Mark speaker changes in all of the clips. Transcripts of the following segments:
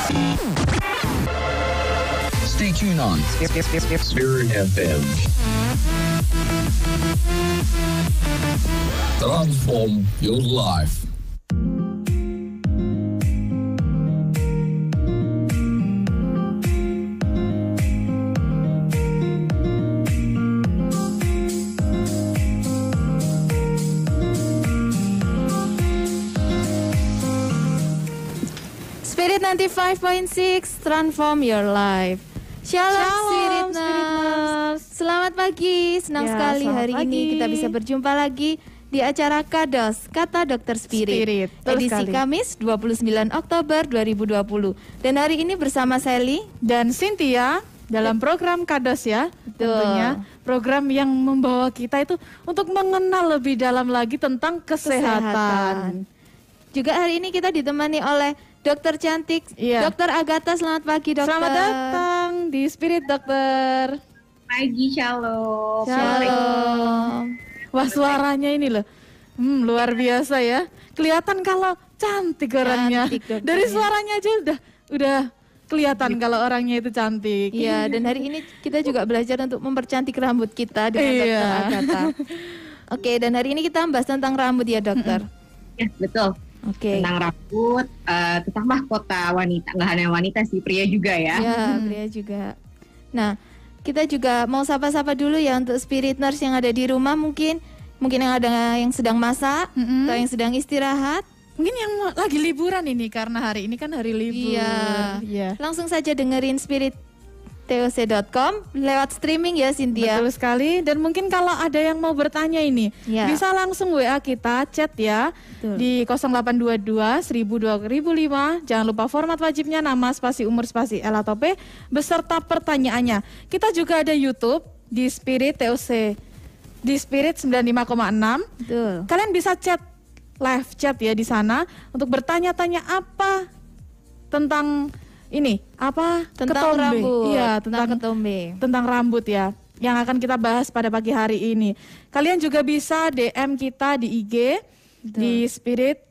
Speaker 1: Stay tuned on Spirit FM. Transform your life.
Speaker 2: Spirit 95.6, transform your life. Shalom Spiritners. Selamat pagi, senang sekali hari ini kita bisa berjumpa lagi di acara Kados, Kata Dokter Spirit. Edisi Kamis 29 Oktober 2020. Dan hari ini bersama Sally
Speaker 3: dan Cynthia dalam program Kados ya. Tentunya program yang membawa kita itu untuk mengenal lebih dalam lagi tentang kesehatan.
Speaker 2: Juga hari ini kita ditemani oleh Dokter cantik, Dokter Agatha. Selamat pagi, Dokter.
Speaker 3: Selamat datang di Spirit, Dokter.
Speaker 4: Pagi, shalom.
Speaker 2: Shalom.
Speaker 3: Wah, suaranya ini loh, luar biasa ya. Kelihatan kalau cantik orangnya. Dari suaranya aja udah kelihatan kalau orangnya itu cantik.
Speaker 2: Iya, dan hari ini kita juga belajar untuk mempercantik rambut kita dengan Dokter Agatha. Oke, dan hari ini kita membahas tentang rambut ya, Dokter.
Speaker 4: Ya, betul. Tentang rambut, tentang mahkota wanita, nggak hanya wanita sih, pria juga ya.
Speaker 2: Ya, pria juga. Nah, kita juga mau sapa-sapa dulu ya untuk Spiritners yang ada di rumah, mungkin yang ada yang sedang masak atau yang sedang istirahat.
Speaker 3: Mungkin yang lagi liburan ini karena hari ini kan hari libur.
Speaker 2: Iya. Langsung saja dengerin Spirit TOC.com lewat streaming ya, Cynthia.
Speaker 3: Betul sekali. Dan mungkin kalau ada yang mau bertanya ini, bisa langsung WA kita, chat ya. Betul. Di 0822 1000 2005. Jangan lupa format wajibnya nama, spasi, umur, spasi, L atau P beserta pertanyaannya. Kita juga ada YouTube di Spirit TOC, di Spirit 95,6.
Speaker 2: Betul.
Speaker 3: Kalian bisa chat, live chat ya di sana untuk bertanya-tanya apa tentang ini, apa?
Speaker 2: Tentang
Speaker 3: ketombe.
Speaker 2: Rambut.
Speaker 3: Iya,
Speaker 2: tentang ketombe.
Speaker 3: Tentang rambut ya, yang akan kita bahas pada pagi hari ini. Kalian juga bisa DM kita di IG. Betul. Di Spirit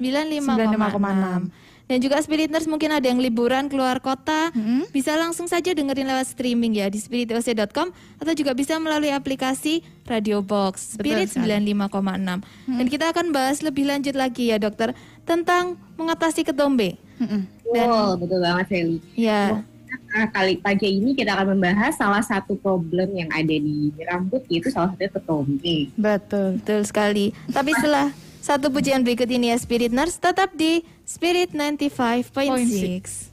Speaker 2: 95,6. Dan juga Spiritners mungkin ada yang liburan keluar kota, bisa langsung saja dengerin lewat streaming ya di spiritoc.com atau juga bisa melalui aplikasi Radio Box Spirit 95,6. Dan kita akan bahas lebih lanjut lagi ya, Dokter, tentang mengatasi ketombe.
Speaker 4: Betul banget, Sally.
Speaker 2: Ya.
Speaker 4: Kali pagi ini kita akan membahas salah satu problem yang ada di rambut, yaitu salah satunya ketombe.
Speaker 2: Betul sekali. Tapi setelah satu pujian berikut ini ya, Spiritners, tetap di Spirit 95.6.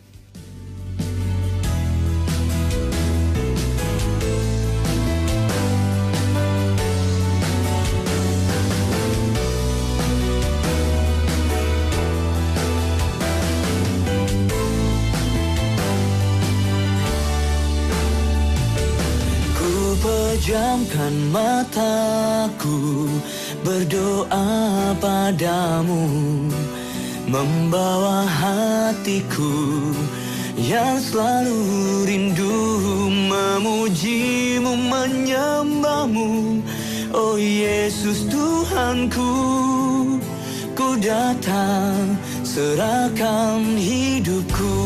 Speaker 5: Pejamkan mataku, berdoa padamu, membawa hatiku yang selalu rindu memujimu, menyembahmu. Oh Yesus Tuhanku, ku datang serahkan hidupku.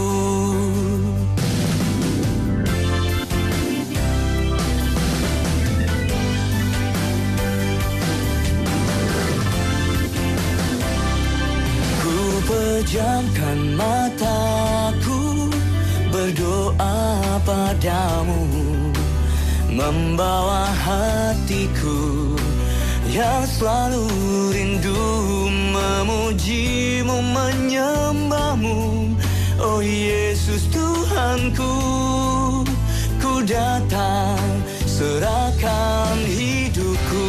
Speaker 5: Pejamkan mataku, berdoa padamu, membawa hatiku yang selalu rindu memujimu, menyembahmu. Oh Yesus Tuhanku, ku datang serahkan hidupku.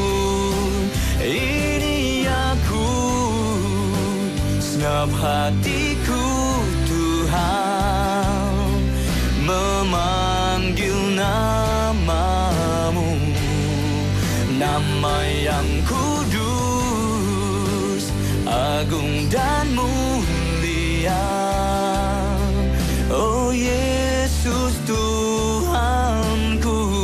Speaker 5: Ini aku, senap hatiku Tuhan, memanggil namamu, nama yang kudus, agung dan mulia. Oh Yesus Tuhanku.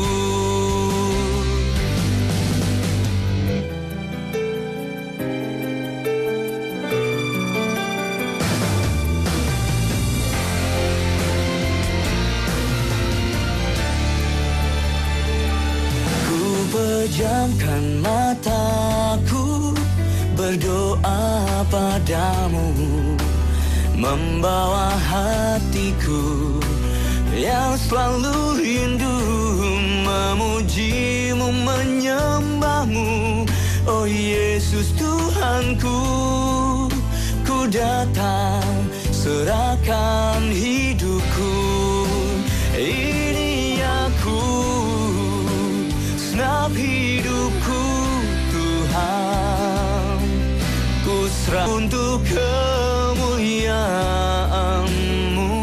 Speaker 5: berdoa padamu, membawa hatiku yang selalu rindu memujimu, menyembahmu. Oh Yesus Tuhanku, ku datang serahkan hidupku. Ini aku, senap hidupku Tuhan, ku serah untuk kemuliaan-Mu.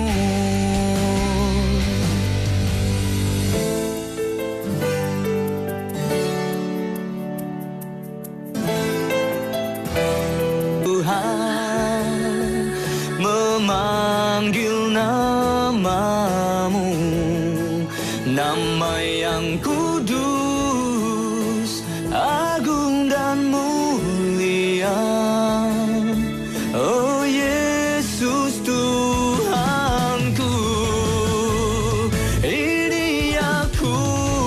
Speaker 5: Tuhan memanggil namamu, nama yang kudus, agung dan mulia. Oh Yesus Tuhanku, ini aku,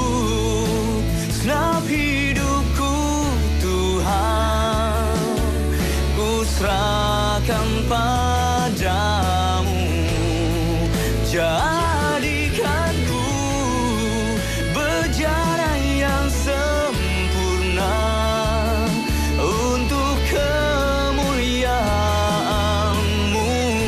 Speaker 5: senap hidupku Tuhan, ku serahkan padamu. Jadikanku berjalan yang sempurna untuk kemuliaan-Mu.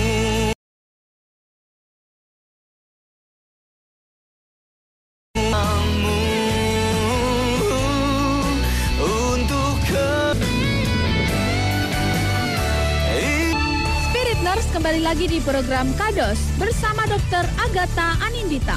Speaker 5: Untuk
Speaker 6: Spirit Nurse kembali lagi di program Kados bersama Dr. Agatha Anindita.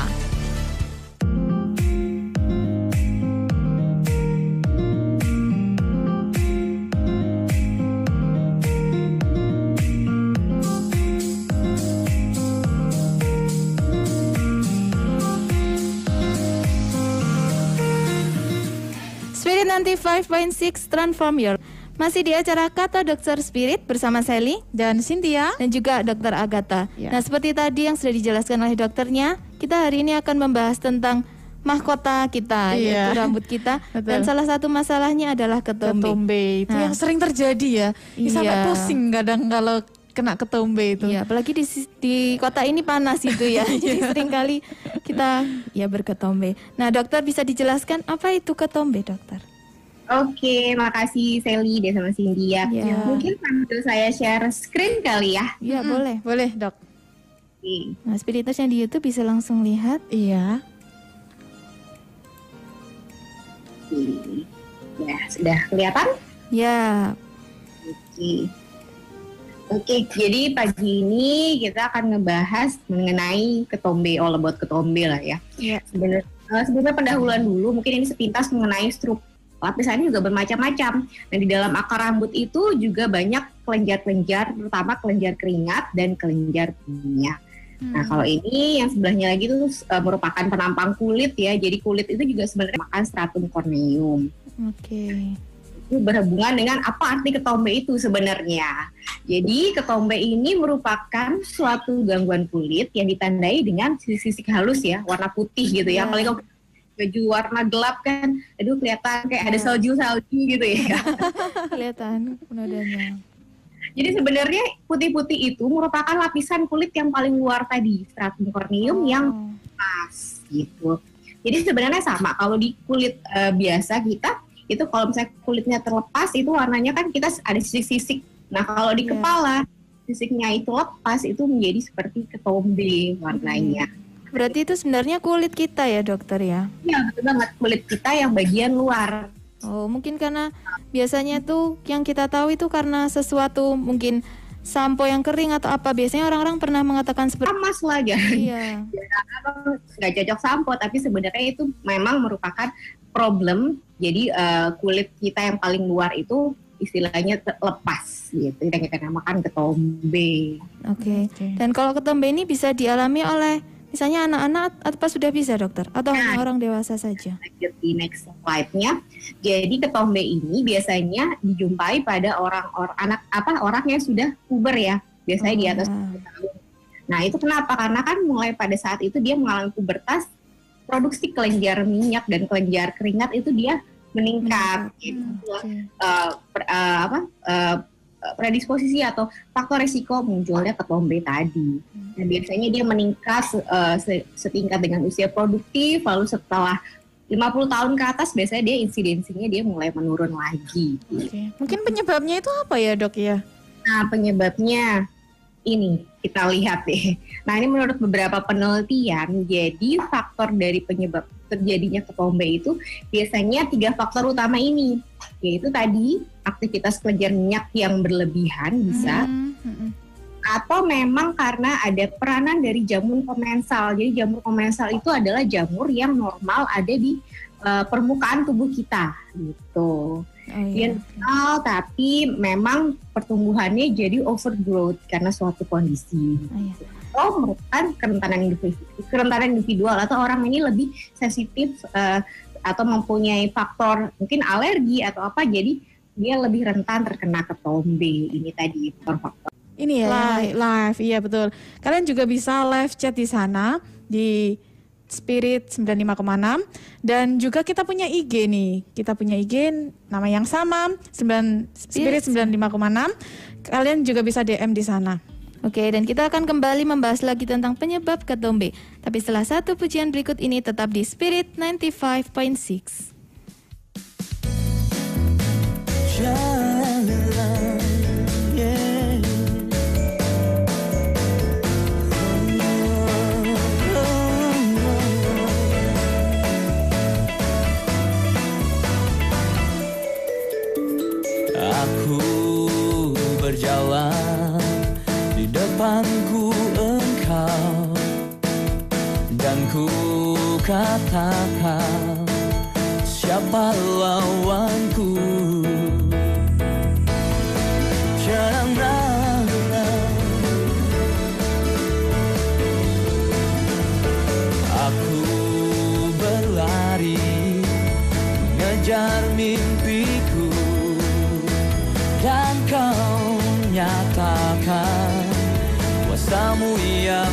Speaker 2: Spirit 95.6 Transform Your. Masih di acara Kata Dokter Spirit bersama Sally
Speaker 3: Dan Cynthia.
Speaker 2: dan juga Dokter Agatha.
Speaker 3: Ya.
Speaker 2: Nah, seperti tadi yang sudah dijelaskan oleh dokternya, kita hari ini akan membahas tentang mahkota kita,
Speaker 3: Iya.
Speaker 2: yaitu rambut kita.
Speaker 3: Betul.
Speaker 2: Dan salah satu masalahnya adalah ketombe.
Speaker 3: Ketombe itu
Speaker 2: Nah.
Speaker 3: yang sering terjadi ya. Sampai
Speaker 2: Iya.
Speaker 3: pusing kadang kalau kena ketombe itu.
Speaker 2: Iya, apalagi di kota ini panas itu ya. Jadi sering kali kita ya berketombe. Nah, dokter bisa dijelaskan apa itu ketombe, dokter?
Speaker 4: Oke, makasih Sally dan sama Cynthia.
Speaker 2: Ya.
Speaker 4: Mungkin sambil saya share screen kali ya.
Speaker 2: Iya, boleh.
Speaker 3: Boleh, Dok.
Speaker 4: Oke.
Speaker 2: Nah, Spiriters yang di YouTube bisa langsung lihat.
Speaker 3: Iya.
Speaker 4: Ya, sudah kelihatan?
Speaker 2: Ya,
Speaker 4: Oke, jadi pagi ini kita akan ngebahas mengenai ketombe, all about ketombe lah ya.
Speaker 2: Iya.
Speaker 4: Sebenarnya pendahuluan dulu, mungkin ini sepintas mengenai struktur. Lapisannya juga bermacam-macam. Dan di dalam akar rambut itu juga banyak kelenjar-kelenjar, terutama kelenjar keringat dan kelenjar minyak. Nah, kalau ini yang sebelahnya lagi itu merupakan penampang kulit ya. Jadi kulit itu juga sebenarnya makan stratum corneum.
Speaker 2: oke.
Speaker 4: Itu berhubungan dengan apa arti ketombe itu sebenarnya. Jadi ketombe ini merupakan suatu gangguan kulit yang ditandai dengan sisik-sisik halus ya, warna putih gitu ya.
Speaker 2: Ya.
Speaker 4: Apalagi kalau baju warna gelap kan, aduh kelihatan kayak ada salju-salju gitu ya.
Speaker 2: Kelihatan nodanya.
Speaker 4: Jadi sebenarnya putih-putih itu merupakan lapisan kulit yang paling luar tadi, stratum corneum yang pas gitu. Jadi sebenarnya sama kalau di kulit biasa kita itu kalau misalnya kulitnya terlepas itu warnanya kan kita ada sisik-sisik. Nah kalau di kepala sisiknya itu lepas itu menjadi seperti ketombe warnanya.
Speaker 2: Berarti itu sebenarnya kulit kita ya, dokter ya?
Speaker 4: Iya betul banget, kulit kita yang bagian luar.
Speaker 2: Oh, mungkin karena biasanya tuh yang kita tahu itu karena sesuatu mungkin sampo yang kering atau apa. Biasanya orang-orang pernah mengatakan seperti
Speaker 4: Mas lah
Speaker 2: iya.
Speaker 4: nggak cocok sampo, tapi sebenarnya itu memang merupakan problem. Jadi kulit kita yang paling luar itu istilahnya lepas gitu, yang kita namakan ketombe.
Speaker 2: Oke. Dan kalau ketombe ini bisa dialami oleh misalnya anak-anak atau sudah bisa, dokter? Atau hanya orang dewasa saja?
Speaker 4: Lanjut di next slide-nya. Jadi ketombe ini biasanya dijumpai pada orang yang sudah puber ya, biasanya di atas 10 tahun. Nah itu kenapa? Karena kan mulai pada saat itu dia mengalami pubertas, produksi kelenjar minyak dan kelenjar keringat itu dia meningkat. Predisposisi atau faktor risiko munculnya ketombe tadi. Dan biasanya dia meningkat setingkat dengan usia produktif, lalu setelah 50 tahun ke atas biasanya dia insidensinya dia mulai menurun lagi.
Speaker 3: Mungkin penyebabnya itu apa ya, Dok ya?
Speaker 4: Nah, penyebabnya ini kita lihat deh. Nah, ini menurut beberapa penelitian, jadi faktor dari penyebab terjadinya ketombe itu biasanya 3 faktor utama ini, yaitu tadi aktivitas kelenjar minyak yang berlebihan bisa, atau memang karena ada peranan dari jamur komensal. Jadi jamur komensal itu adalah jamur yang normal ada di permukaan tubuh kita gitu. Dia normal tapi memang pertumbuhannya jadi overgrowth karena suatu kondisi. Merupakan kerentanan individual atau orang ini lebih sensitif atau mempunyai faktor mungkin alergi atau apa, jadi dia lebih rentan terkena ketombe. Ini tadi faktor.
Speaker 3: Ini ya live, iya betul. Kalian juga bisa live chat di sana di Spirit 95,6 dan juga kita punya IG nih. Kita punya IG nama yang sama, Spirit 95,6. Kalian juga bisa DM di sana.
Speaker 2: Oke, dan kita akan kembali membahas lagi tentang penyebab ketombe. Tapi setelah satu pujian berikut ini tetap di Spirit 95.6.
Speaker 5: Aku berjalan di depanku Engkau, dan ku katakan, siapa lawanku? Jangan ragu, aku berlari mengejar mimpiku, dan Kau nyatakan kuasa-Mu yang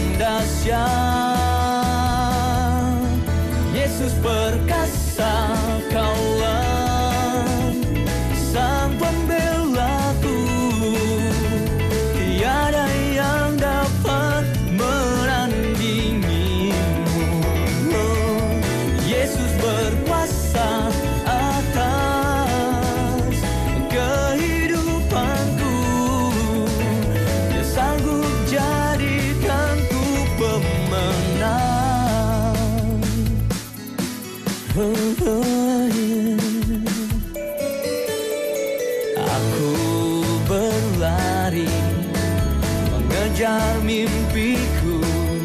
Speaker 5: dahsyat. Yesus perkasa, Kaulah Sang Pembelaku, tiada yang dapat menandingi-Mu. Yesus berkuasa atas kehidupanku, Dia sanggup jadikanku pemenang. Aku berlari mengejar mimpiku,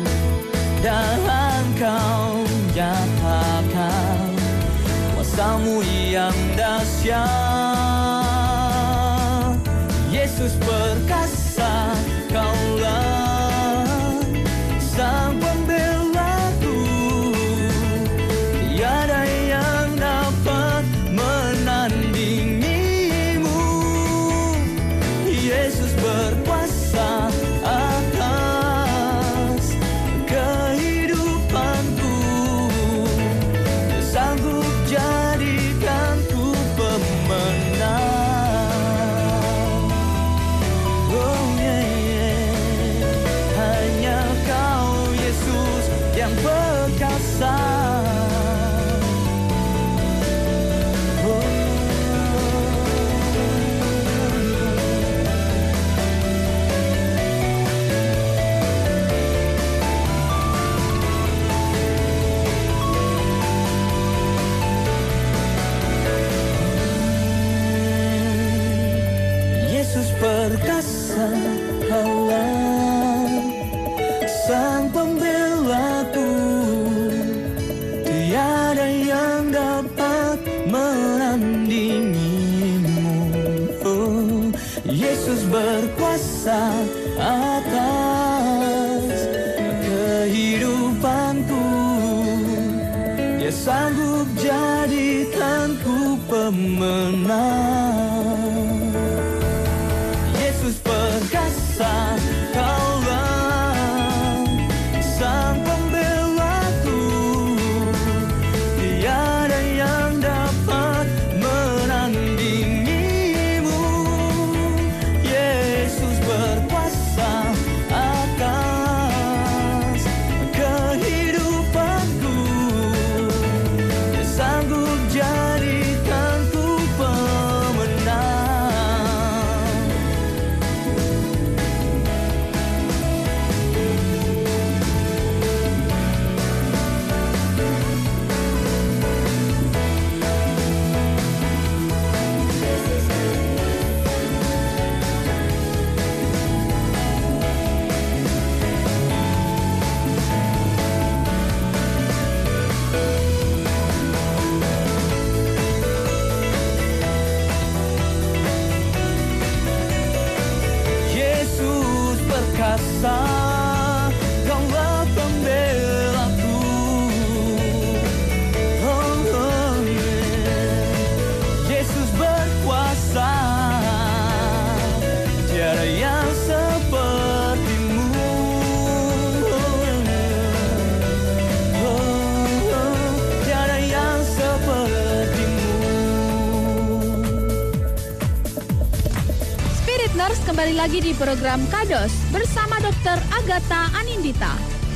Speaker 5: dan Kau nyatakan kuasa-Mu yang dahsyat. Yesus perkasa, Kaulah Sang Pembelaku, tiada yang dapat menandingi-Mu. Yesus berkuasa atas kehidupanku, Dia sanggup jadikanku pemenang. Oh yeah. Hanya Kau Yesus yang perkasa. Yesus perkasa, Kaulah Sang Pembelaku, tiada yang dapat menandingi-Mu. Oh, Yesus berkuasa atas kehidupanku, Dia sanggup jadikanku pemenang. Yesus perkasa, Kaulah Sang Pembelaku, tiada yang dapat
Speaker 6: Kembali lagi di program Kados bersama Dr. Agatha Anindita.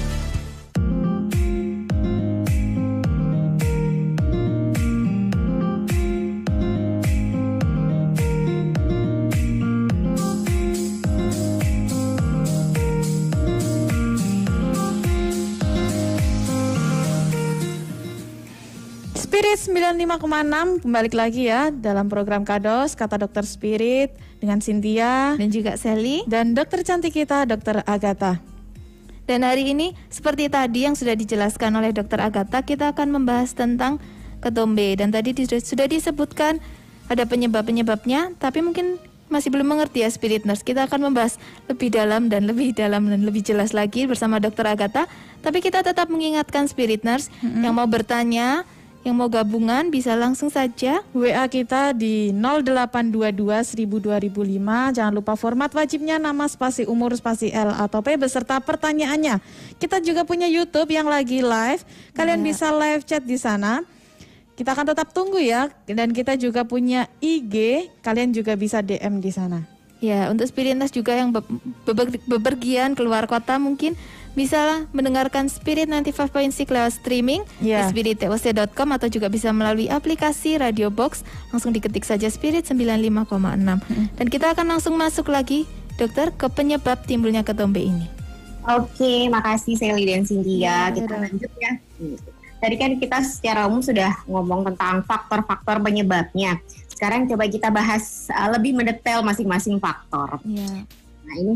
Speaker 3: Spirit 95,6 kembali lagi ya dalam program Kados Kata Dokter Spirit dengan Cynthia
Speaker 2: dan juga Sally
Speaker 3: dan dokter cantik kita Dokter Agatha.
Speaker 2: Dan hari ini seperti tadi yang sudah dijelaskan oleh Dokter Agatha, kita akan membahas tentang ketombe dan tadi sudah disebutkan ada penyebab-penyebabnya, tapi mungkin masih belum mengerti ya Spirit Nurse. Kita akan membahas lebih dalam dan lebih jelas lagi bersama Dokter Agatha. Tapi kita tetap mengingatkan Spirit Nurse yang mau bertanya, yang mau gabungan bisa langsung saja
Speaker 3: WA kita di 0822 1000 2005. Jangan lupa format wajibnya nama spasi umur spasi L atau P beserta pertanyaannya. Kita juga punya YouTube yang lagi live. Kalian bisa live chat di sana. Kita akan tetap tunggu ya. Dan kita juga punya IG. Kalian juga bisa DM di sana.
Speaker 2: Ya, untuk Spirit Nurse juga yang bepergian keluar kota mungkin bisa mendengarkan Spirit 95.6 lewat streaming di spirit.oc.com atau juga bisa melalui aplikasi Radio Box. Langsung diketik saja Spirit 95,6. Dan kita akan langsung masuk lagi, Dokter, ke penyebab timbulnya ketombe ini.
Speaker 4: Oke, makasih Sally dan Cynthia. Kita lanjut ya. Tadi kan kita secara umum sudah ngomong tentang faktor-faktor penyebabnya. Sekarang coba kita bahas lebih mendetail masing-masing faktor. Nah ini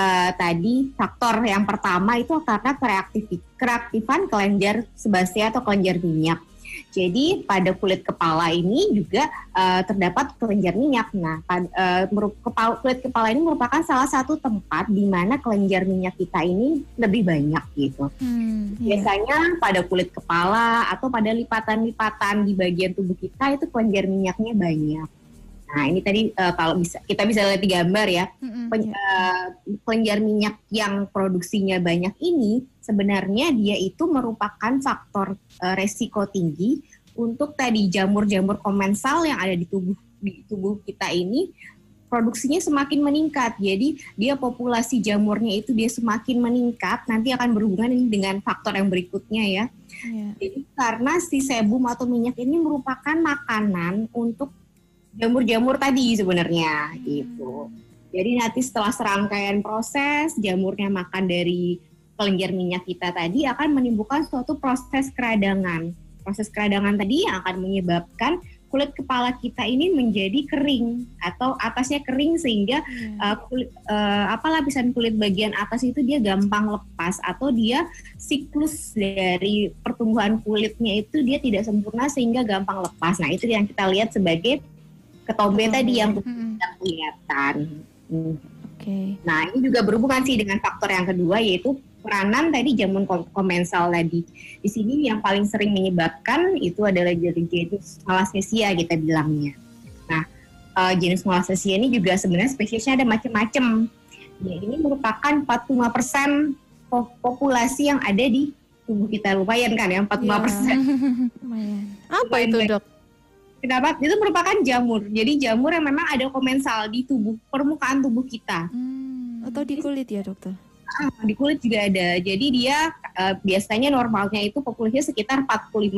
Speaker 4: tadi faktor yang pertama itu karena kereaktifan kelenjar sebasea atau kelenjar minyak. Jadi pada kulit kepala ini juga terdapat kelenjar minyak. Nah, kulit kepala ini merupakan salah satu tempat di mana kelenjar minyak kita ini lebih banyak gitu. Biasanya pada kulit kepala atau pada lipatan-lipatan di bagian tubuh kita itu kelenjar minyaknya banyak. Nah ini tadi kalau kita bisa lihat di gambar ya, kelenjar minyak yang produksinya banyak ini sebenarnya dia itu merupakan faktor resiko tinggi untuk tadi jamur-jamur komensal yang ada di tubuh kita ini produksinya semakin meningkat. Jadi dia populasi jamurnya itu dia semakin meningkat, nanti akan berhubungan dengan faktor yang berikutnya ya. Jadi karena si sebum atau minyak ini merupakan makanan untuk jamur-jamur tadi sebenarnya gitu. Jadi nanti setelah serangkaian proses jamurnya makan dari kelenjar minyak kita tadi akan menimbulkan suatu proses keradangan. Proses keradangan tadi yang akan menyebabkan kulit kepala kita ini menjadi kering atau atasnya kering sehingga lapisan kulit bagian atas itu dia gampang lepas atau dia siklus dari pertumbuhan kulitnya itu dia tidak sempurna sehingga gampang lepas. Nah itu yang kita lihat sebagai ketombe tadi yang tidak kelihatan. Nah ini juga berhubungan sih dengan faktor yang kedua yaitu peranan tadi jamur komensal tadi. Di sini yang paling sering menyebabkan itu adalah genus Malassezia kita bilangnya. Nah genus Malassezia ini juga sebenarnya spesiesnya ada macam-macam. Ya, ini merupakan 45% populasi yang ada di tubuh kita. Lumayan kan ya 45%.
Speaker 3: Lumayan. Apa itu dok?
Speaker 4: Kenapa? Itu merupakan jamur. Jadi jamur yang memang ada komensal di tubuh, permukaan tubuh kita.
Speaker 2: Atau di kulit ya dokter?
Speaker 4: Di kulit juga ada. Jadi dia biasanya normalnya itu populasinya sekitar 45%.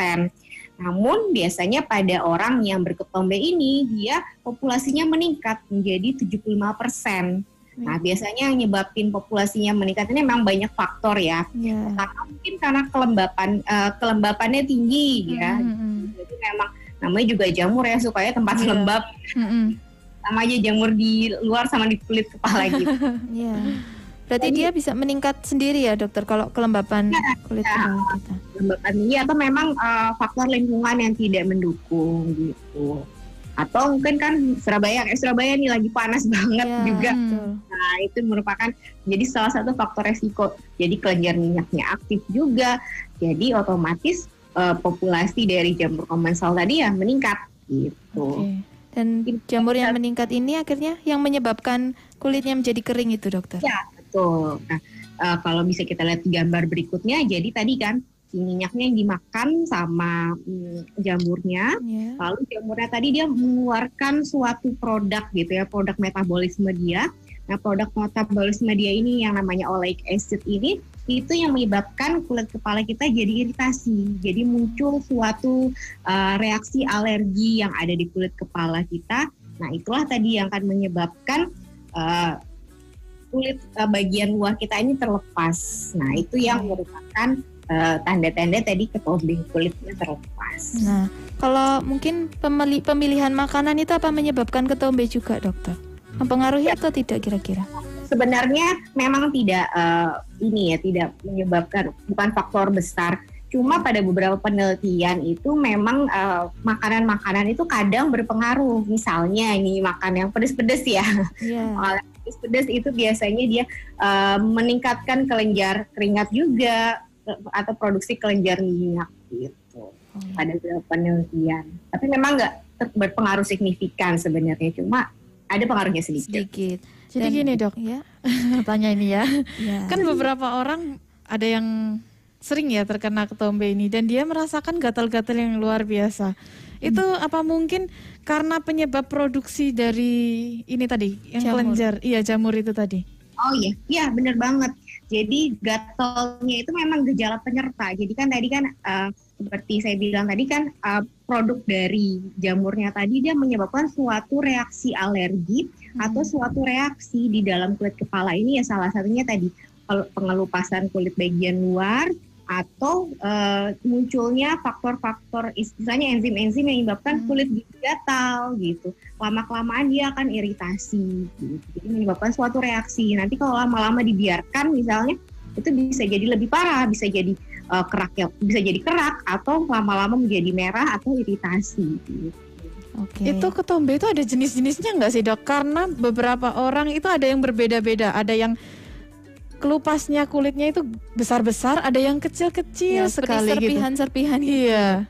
Speaker 4: Namun biasanya pada orang yang berketombe ini dia populasinya meningkat menjadi 75%. Nah biasanya yang nyebabin populasinya meningkat ini memang banyak faktor ya. Karena mungkin karena kelembapannya tinggi ya. Jadi memang namanya juga jamur ya supaya tempat lembab. Sama aja jamur di luar sama di kulit kepala gitu.
Speaker 2: Berarti dia bisa meningkat sendiri ya dokter kalau kelembapan kulit kepala kita.
Speaker 4: Kelembapan atau memang faktor lingkungan yang tidak mendukung gitu. Atau mungkin kan Surabaya nih lagi panas banget juga. Nah itu merupakan jadi salah satu faktor resiko. Jadi kelenjar minyaknya aktif juga. Jadi otomatis populasi dari jamur komensal tadi ya meningkat gitu.
Speaker 2: Dan jamur yang meningkat ini akhirnya yang menyebabkan kulitnya menjadi kering itu dokter?
Speaker 4: Ya betul. Nah kalau bisa kita lihat di gambar berikutnya, jadi tadi kan si minyaknya yang dimakan sama jamurnya, lalu jamurnya tadi dia mengeluarkan suatu produk gitu ya, produk metabolisme dia Nah, produk metabolisme dia ini yang namanya oleic acid ini itu yang menyebabkan kulit kepala kita jadi iritasi. Jadi muncul suatu reaksi alergi yang ada di kulit kepala kita. Nah, itulah tadi yang akan menyebabkan kulit bagian luar kita ini terlepas. Nah, itu yang merupakan tanda-tanda tadi ketombe kulitnya terlepas.
Speaker 2: Nah, kalau mungkin pemilihan makanan itu apa menyebabkan ketombe juga, dokter? Mempengaruhi atau tidak kira-kira?
Speaker 4: Sebenarnya memang tidak tidak menyebabkan, bukan faktor besar. Cuma pada beberapa penelitian itu memang makanan-makanan itu kadang berpengaruh. Misalnya ini makan yang pedas-pedas ya. Yeah. Pedas itu biasanya dia meningkatkan kelenjar keringat juga atau produksi kelenjar minyak gitu. Pada beberapa penelitian. Tapi memang nggak berpengaruh signifikan sebenarnya, cuma ada pengaruhnya sedikit.
Speaker 3: Jadi gini dok, ya tanya ini ya. Kan beberapa orang ada yang sering ya terkena ketombe ini dan dia merasakan gatal-gatal yang luar biasa. Itu apa mungkin karena penyebab produksi dari ini tadi yang kelenjar? Iya, jamur itu tadi.
Speaker 4: Oh iya benar banget. Jadi gatalnya itu memang gejala penyerta. Jadi kan tadi kan seperti saya bilang tadi kan produk dari jamurnya tadi dia menyebabkan suatu reaksi alergi atau suatu reaksi di dalam kulit kepala ini ya, salah satunya tadi pengelupasan kulit bagian luar atau munculnya faktor-faktor istilahnya enzim-enzim yang menyebabkan kulit gatal gitu. Lama-kelamaan dia akan iritasi gitu. Jadi menyebabkan suatu reaksi. Nanti kalau lama-lama dibiarkan misalnya itu bisa jadi lebih parah, bisa jadi kerak ya, bisa jadi kerak atau lama-lama menjadi merah atau iritasi gitu.
Speaker 3: Okay. Itu ketombe itu ada jenis-jenisnya nggak sih dok? Karena beberapa orang itu ada yang berbeda-beda, ada yang kelupasnya kulitnya itu besar-besar, ada yang kecil-kecil sekali
Speaker 2: serpihan-serpihan
Speaker 3: gitu. Iya.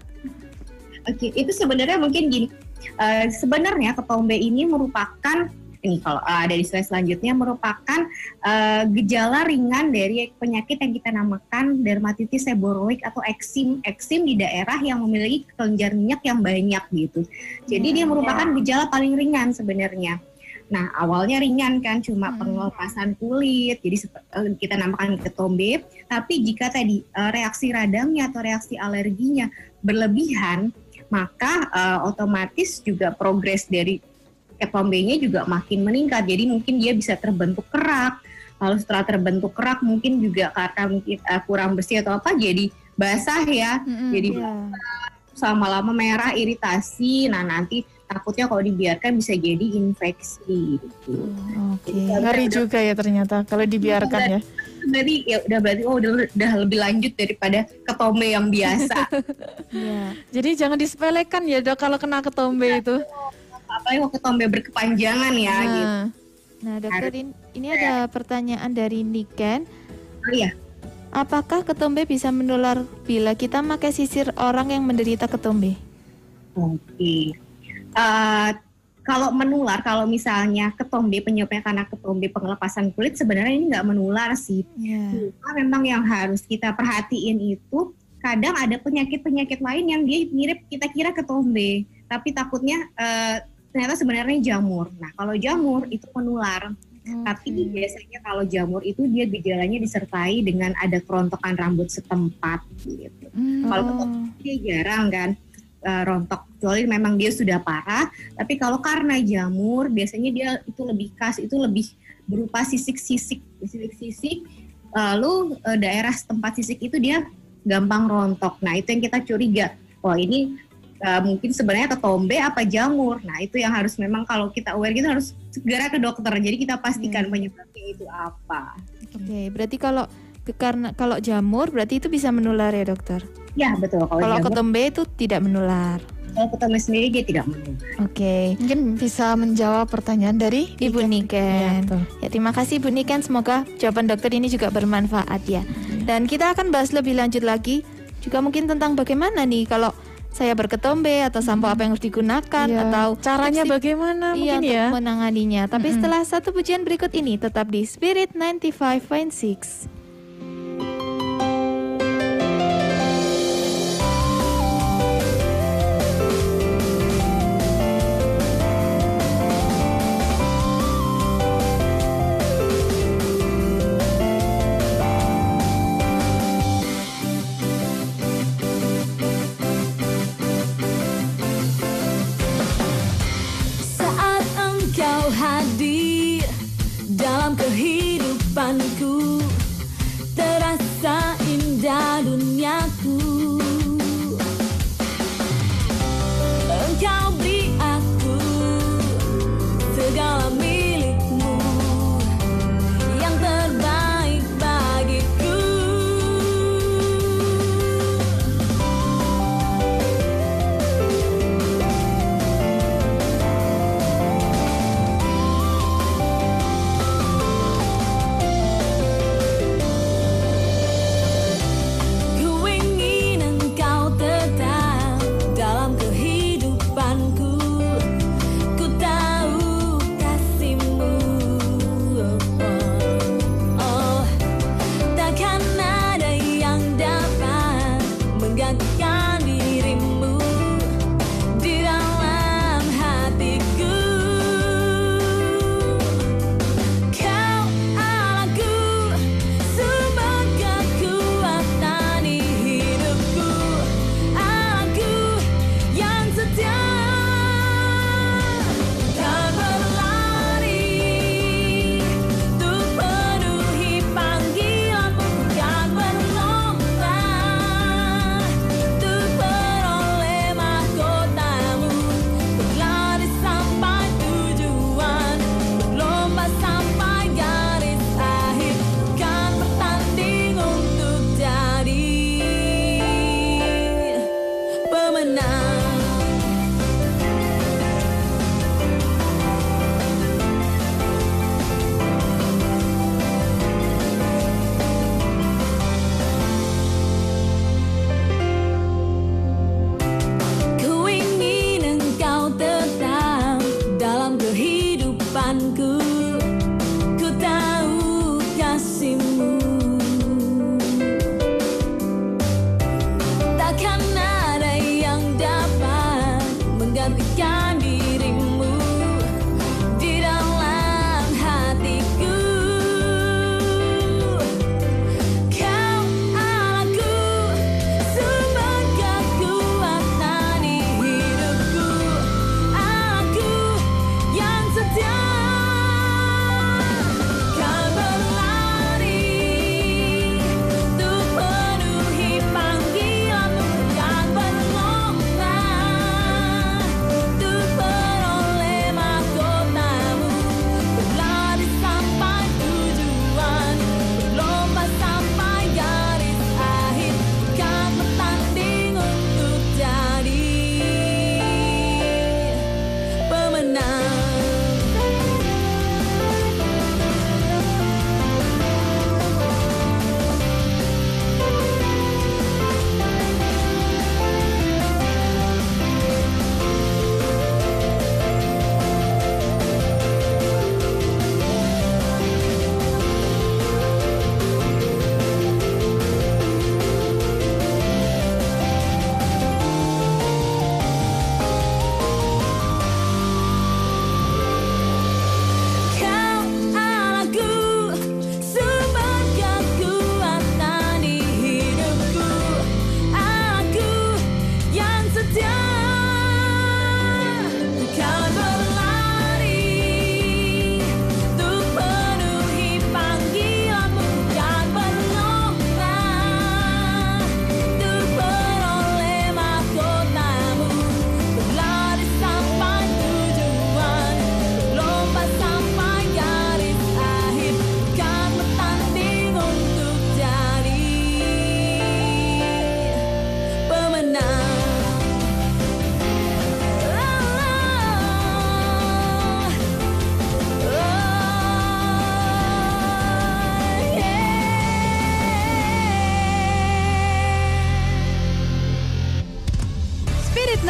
Speaker 4: Oke, itu sebenarnya mungkin gini. Sebenarnya ketombe ini merupakan kalau ada di slide selanjutnya merupakan gejala ringan dari penyakit yang kita namakan dermatitis seboroik atau eksim di daerah yang memiliki kelenjar minyak yang banyak gitu. Jadi dia merupakan gejala paling ringan sebenarnya. Nah, awalnya ringan kan, cuma pengelupasan kulit, jadi kita namakan ketombe. Tapi jika tadi reaksi radangnya atau reaksi alerginya berlebihan, maka otomatis juga progres dari ketombenya juga makin meningkat. Jadi mungkin dia bisa terbentuk kerak. Lalu setelah terbentuk kerak mungkin juga karena mungkin kurang bersih atau apa jadi basah ya. Jadi lama-lama merah, iritasi. Nah, nanti takutnya kalau dibiarkan bisa jadi infeksi gitu.
Speaker 3: Oke. Ngeri juga ya ternyata kalau dibiarkan ya.
Speaker 4: Berarti udah lebih lanjut daripada ketombe yang biasa.
Speaker 3: Jadi jangan disepelekan ya dok kalau kena ketombe itu.
Speaker 4: Apalagi kalau ketombe berkepanjangan ya gitu.
Speaker 2: Nah dokter, ini ada pertanyaan dari Niken.
Speaker 4: Oh iya.
Speaker 2: Apakah ketombe bisa menular bila kita pakai sisir orang yang menderita ketombe?
Speaker 4: Oke. Kalau menular, kalau misalnya ketombe, penyebabnya karena ketombe pengelepasan kulit, sebenarnya ini nggak menular sih. Cuma memang yang harus kita perhatiin itu kadang ada penyakit-penyakit lain yang dia mirip kita kira ketombe, tapi takutnya ternyata sebenarnya jamur. Nah, kalau jamur itu menular. Tapi biasanya kalau jamur itu dia gejalanya disertai dengan ada kerontokan rambut setempat gitu. Kalau ketombe dia jarang kan rontok, kecuali memang dia sudah parah. Tapi kalau karena jamur biasanya dia itu lebih khas, itu lebih berupa sisik-sisik, lalu daerah tempat sisik itu dia gampang rontok. Nah, itu yang kita curiga. Wah, ini mungkin sebenarnya ketombe apa jamur. Nah, itu yang harus memang kalau kita aware kita harus segera ke dokter. Jadi kita pastikan penyebabnya itu apa.
Speaker 2: Oke, berarti kalau jamur berarti itu bisa menular ya dokter?
Speaker 4: Ya, betul.
Speaker 2: Kalau ketombe itu tidak menular.
Speaker 4: Kalau ketombe sendiri dia tidak menular.
Speaker 2: Oke.
Speaker 3: Mungkin bisa menjawab pertanyaan dari
Speaker 2: Ibu Niken. Ya, terima kasih Ibu Niken. Semoga jawaban dokter ini juga bermanfaat ya. Dan kita akan bahas lebih lanjut lagi juga mungkin tentang bagaimana nih kalau saya berketombe atau sampo apa yang harus digunakan atau
Speaker 3: caranya bagaimana mungkin ya
Speaker 2: untuk menanganinya. Tapi setelah satu pujian berikut ini tetap di Spirit 95.6.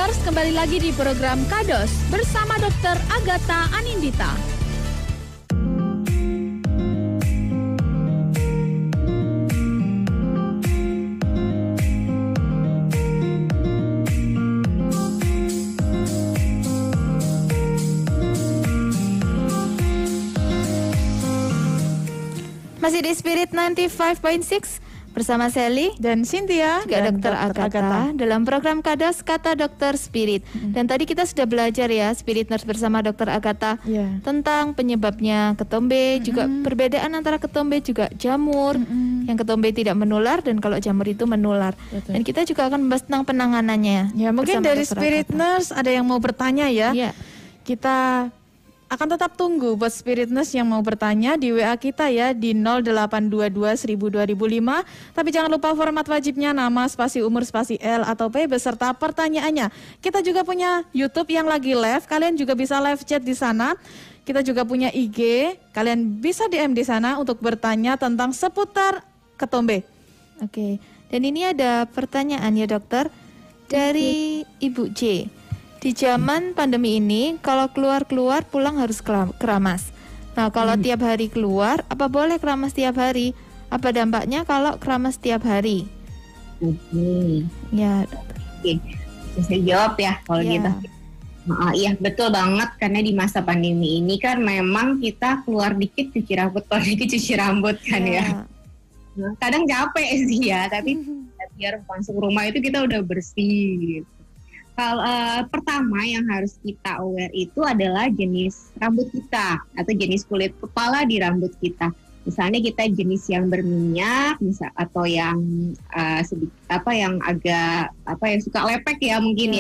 Speaker 6: listeners, kembali lagi di program Kados bersama Dr. Agatha Anindita.
Speaker 2: Masih di Spirit 95.6 bersama Sally
Speaker 3: dan Cynthia
Speaker 2: juga
Speaker 3: dan
Speaker 2: Dr. Agatha dalam program Kados Kata Dokter Spirit. Dan tadi kita sudah belajar ya, Spirit Nurse bersama Dr. Agatha tentang penyebabnya ketombe, juga perbedaan antara ketombe juga jamur. Yang ketombe tidak menular dan kalau jamur itu menular. Betul. Dan kita juga akan membahas tentang penanganannya.
Speaker 3: Ya, mungkin dari
Speaker 2: Dr.
Speaker 3: Spirit
Speaker 2: Agatha.
Speaker 3: Nurse ada yang mau bertanya ya.
Speaker 2: Ya.
Speaker 3: Kita akan tetap tunggu buat Spirit Nurse yang mau bertanya di WA kita ya di 0822 1000 2005. Tapi jangan lupa format wajibnya nama, spasi umur, spasi L atau P beserta pertanyaannya. Kita juga punya YouTube yang lagi live, kalian juga bisa live chat di sana. Kita juga punya IG, kalian bisa DM di sana untuk bertanya tentang seputar ketombe.
Speaker 2: Oke. Dan ini ada pertanyaan ya dokter dari Ibu J. Di zaman pandemi ini, kalau keluar-keluar pulang harus keramas. Nah, kalau tiap hari keluar, apa boleh keramas tiap hari? Apa dampaknya kalau keramas tiap hari? Ya, dokter.
Speaker 4: Oke, saya jawab ya kalau gitu. Iya betul banget, karena di masa pandemi ini kan memang kita keluar dikit cuci rambut, keluar dikit cuci rambut kan ya. Kadang capek sih ya, tapi biar masuk rumah itu kita udah bersih gitu. Kalau pertama yang harus kita aware itu adalah jenis rambut kita atau jenis kulit kepala di rambut kita. Misalnya kita jenis yang berminyak, atau yang sedikit yang agak yang suka lepek ya mungkin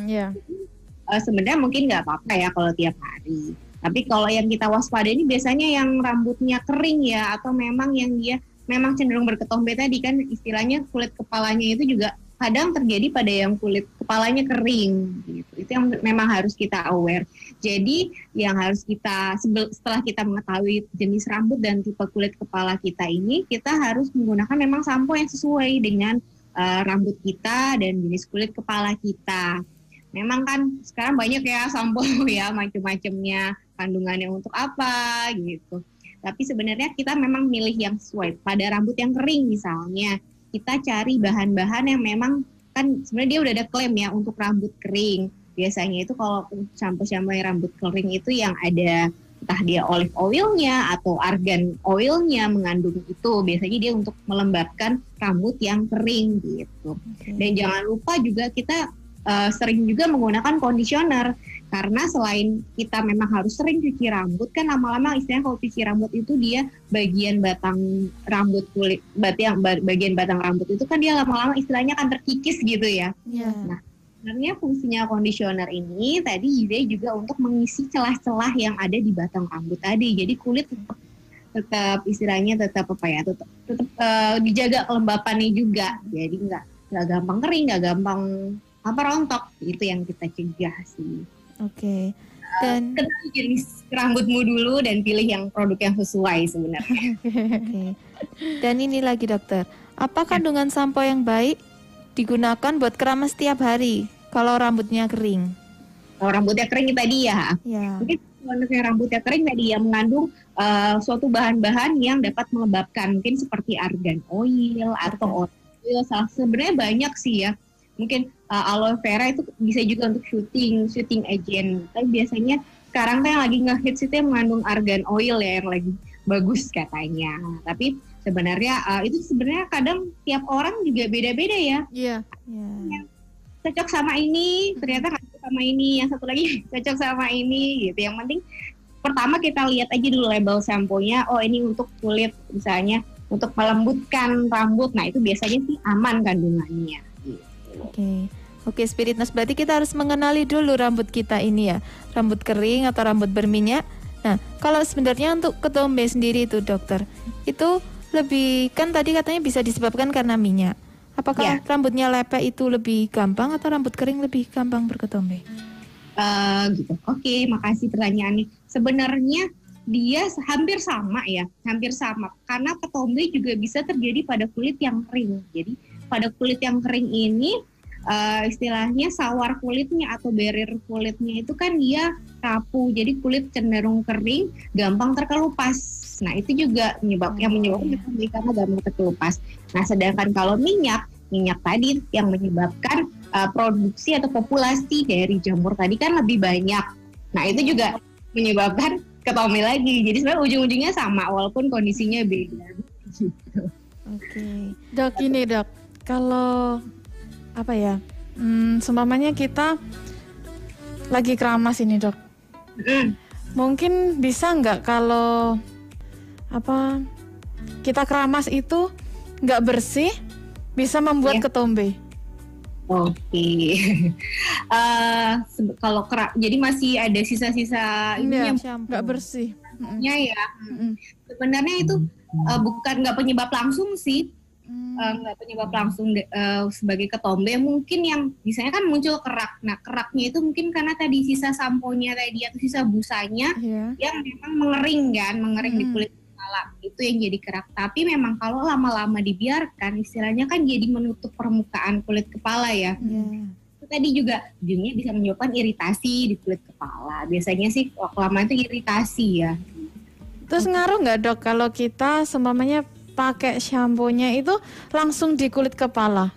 Speaker 4: sebenarnya mungkin nggak apa-apa ya kalau tiap hari. Tapi kalau yang kita waspada ini biasanya yang rambutnya kering ya, atau memang yang dia memang cenderung berketombe tadi kan, istilahnya kulit kepalanya itu juga kadang terjadi pada yang kulit kepalanya kering gitu. Itu yang memang harus kita aware. Jadi yang harus kita, setelah kita mengetahui jenis rambut dan tipe kulit kepala kita ini, kita harus menggunakan memang sampo yang sesuai dengan rambut kita dan jenis kulit kepala kita. Memang kan sekarang banyak ya sampo ya, macam-macamnya, kandungannya untuk apa gitu. Tapi sebenarnya kita memang milih yang sesuai. Pada rambut yang kering misalnya, kita cari bahan-bahan yang memang kan sebenarnya dia udah ada klaim ya untuk rambut kering. Biasanya itu kalau shampoo-shampoo yang rambut kering itu yang ada entah dia olive oilnya atau argan oilnya mengandung itu. Biasanya dia untuk melembabkan rambut yang kering gitu. Dan jangan lupa juga kita sering juga menggunakan conditioner, karena selain kita memang harus sering cuci rambut kan, lama-lama istilahnya kalau cuci rambut itu dia bagian batang rambut kulit, bagian batang rambut itu kan dia lama-lama istilahnya kan terkikis gitu ya. Nah sebenarnya fungsinya conditioner ini tadi juga untuk mengisi celah-celah yang ada di batang rambut tadi, jadi kulit tetap istilahnya tetap dijaga kelembapannya juga, jadi nggak gampang kering, nggak gampang rontok. Itu yang kita cegah sih.
Speaker 2: Oke. Dan
Speaker 4: kenali jenis rambutmu dulu dan pilih yang produk yang sesuai sebenarnya.
Speaker 2: Oke. Dan ini lagi dokter, apa kandungan sampo yang baik digunakan buat keramas setiap hari kalau rambutnya kering?
Speaker 4: Kalau rambutnya kering tadi ya. Mungkin untuk yang rambutnya kering tadi ya mengandung suatu bahan-bahan yang dapat melembabkan, mungkin seperti argan oil atau oil. Sebenarnya banyak sih ya. Mungkin aloe vera itu bisa juga untuk shooting agent. Tapi biasanya sekarang kan yang lagi ngehits itu yang mengandung argan oil ya, yang lagi bagus katanya. Tapi sebenarnya itu sebenarnya kadang tiap orang juga beda-beda ya. Yang cocok sama ini ternyata nggak cocok sama ini, yang satu lagi cocok sama ini gitu. Yang penting pertama kita lihat aja dulu label sampo-nya. Oh ini untuk kulit misalnya, untuk melembutkan rambut. Nah itu biasanya sih aman kandungannya.
Speaker 2: Oke, Spirit Nurse, berarti kita harus mengenali dulu rambut kita ini ya, rambut kering atau rambut berminyak. Nah, kalau sebenarnya untuk ketombe sendiri itu dokter, itu lebih, kan tadi katanya bisa disebabkan karena minyak. Apakah rambutnya lepek itu lebih gampang atau rambut kering lebih gampang berketombe?
Speaker 4: Gitu. Oke, makasih pertanyaannya. Sebenarnya dia hampir sama ya, hampir sama. Karena ketombe juga bisa terjadi pada kulit yang kering. Jadi pada kulit yang kering ini istilahnya sawar kulitnya atau barrier kulitnya itu kan dia rapuh, jadi kulit cenderung kering, gampang terkelupas. Nah itu juga menyebabkan karena gampang terkelupas. Nah sedangkan kalau minyak tadi yang menyebabkan produksi atau populasi dari jamur tadi kan lebih banyak. Nah itu juga menyebabkan ketombe lagi. Jadi sebenarnya ujung-ujungnya sama walaupun kondisinya beda. Gitu.
Speaker 3: Oke. Dok, ini dok, kalau apa ya? Seumpamanya kita lagi keramas ini dok. Mungkin bisa nggak kalau kita keramas itu nggak bersih bisa membuat ketombe?
Speaker 4: Oke. Kalau jadi masih ada sisa-sisa ini yang
Speaker 3: nggak bersih.
Speaker 4: Ya. Sebenarnya itu bukan nggak penyebab langsung sih. Nggak penyebab langsung sebagai ketombe, mungkin yang biasanya kan muncul kerak. Nah keraknya itu mungkin karena tadi sisa samponya tadi atau sisa busanya yang memang mengering di kulit kepala, itu yang jadi kerak. Tapi memang kalau lama-lama dibiarkan, istilahnya kan jadi menutup permukaan kulit kepala ya. Itu tadi juga ujungnya bisa menyebabkan iritasi di kulit kepala. Biasanya sih lama itu iritasi ya.
Speaker 3: Terus ngaruh nggak dok kalau kita seumpamanya pakai shampoo-nya itu langsung di kulit kepala?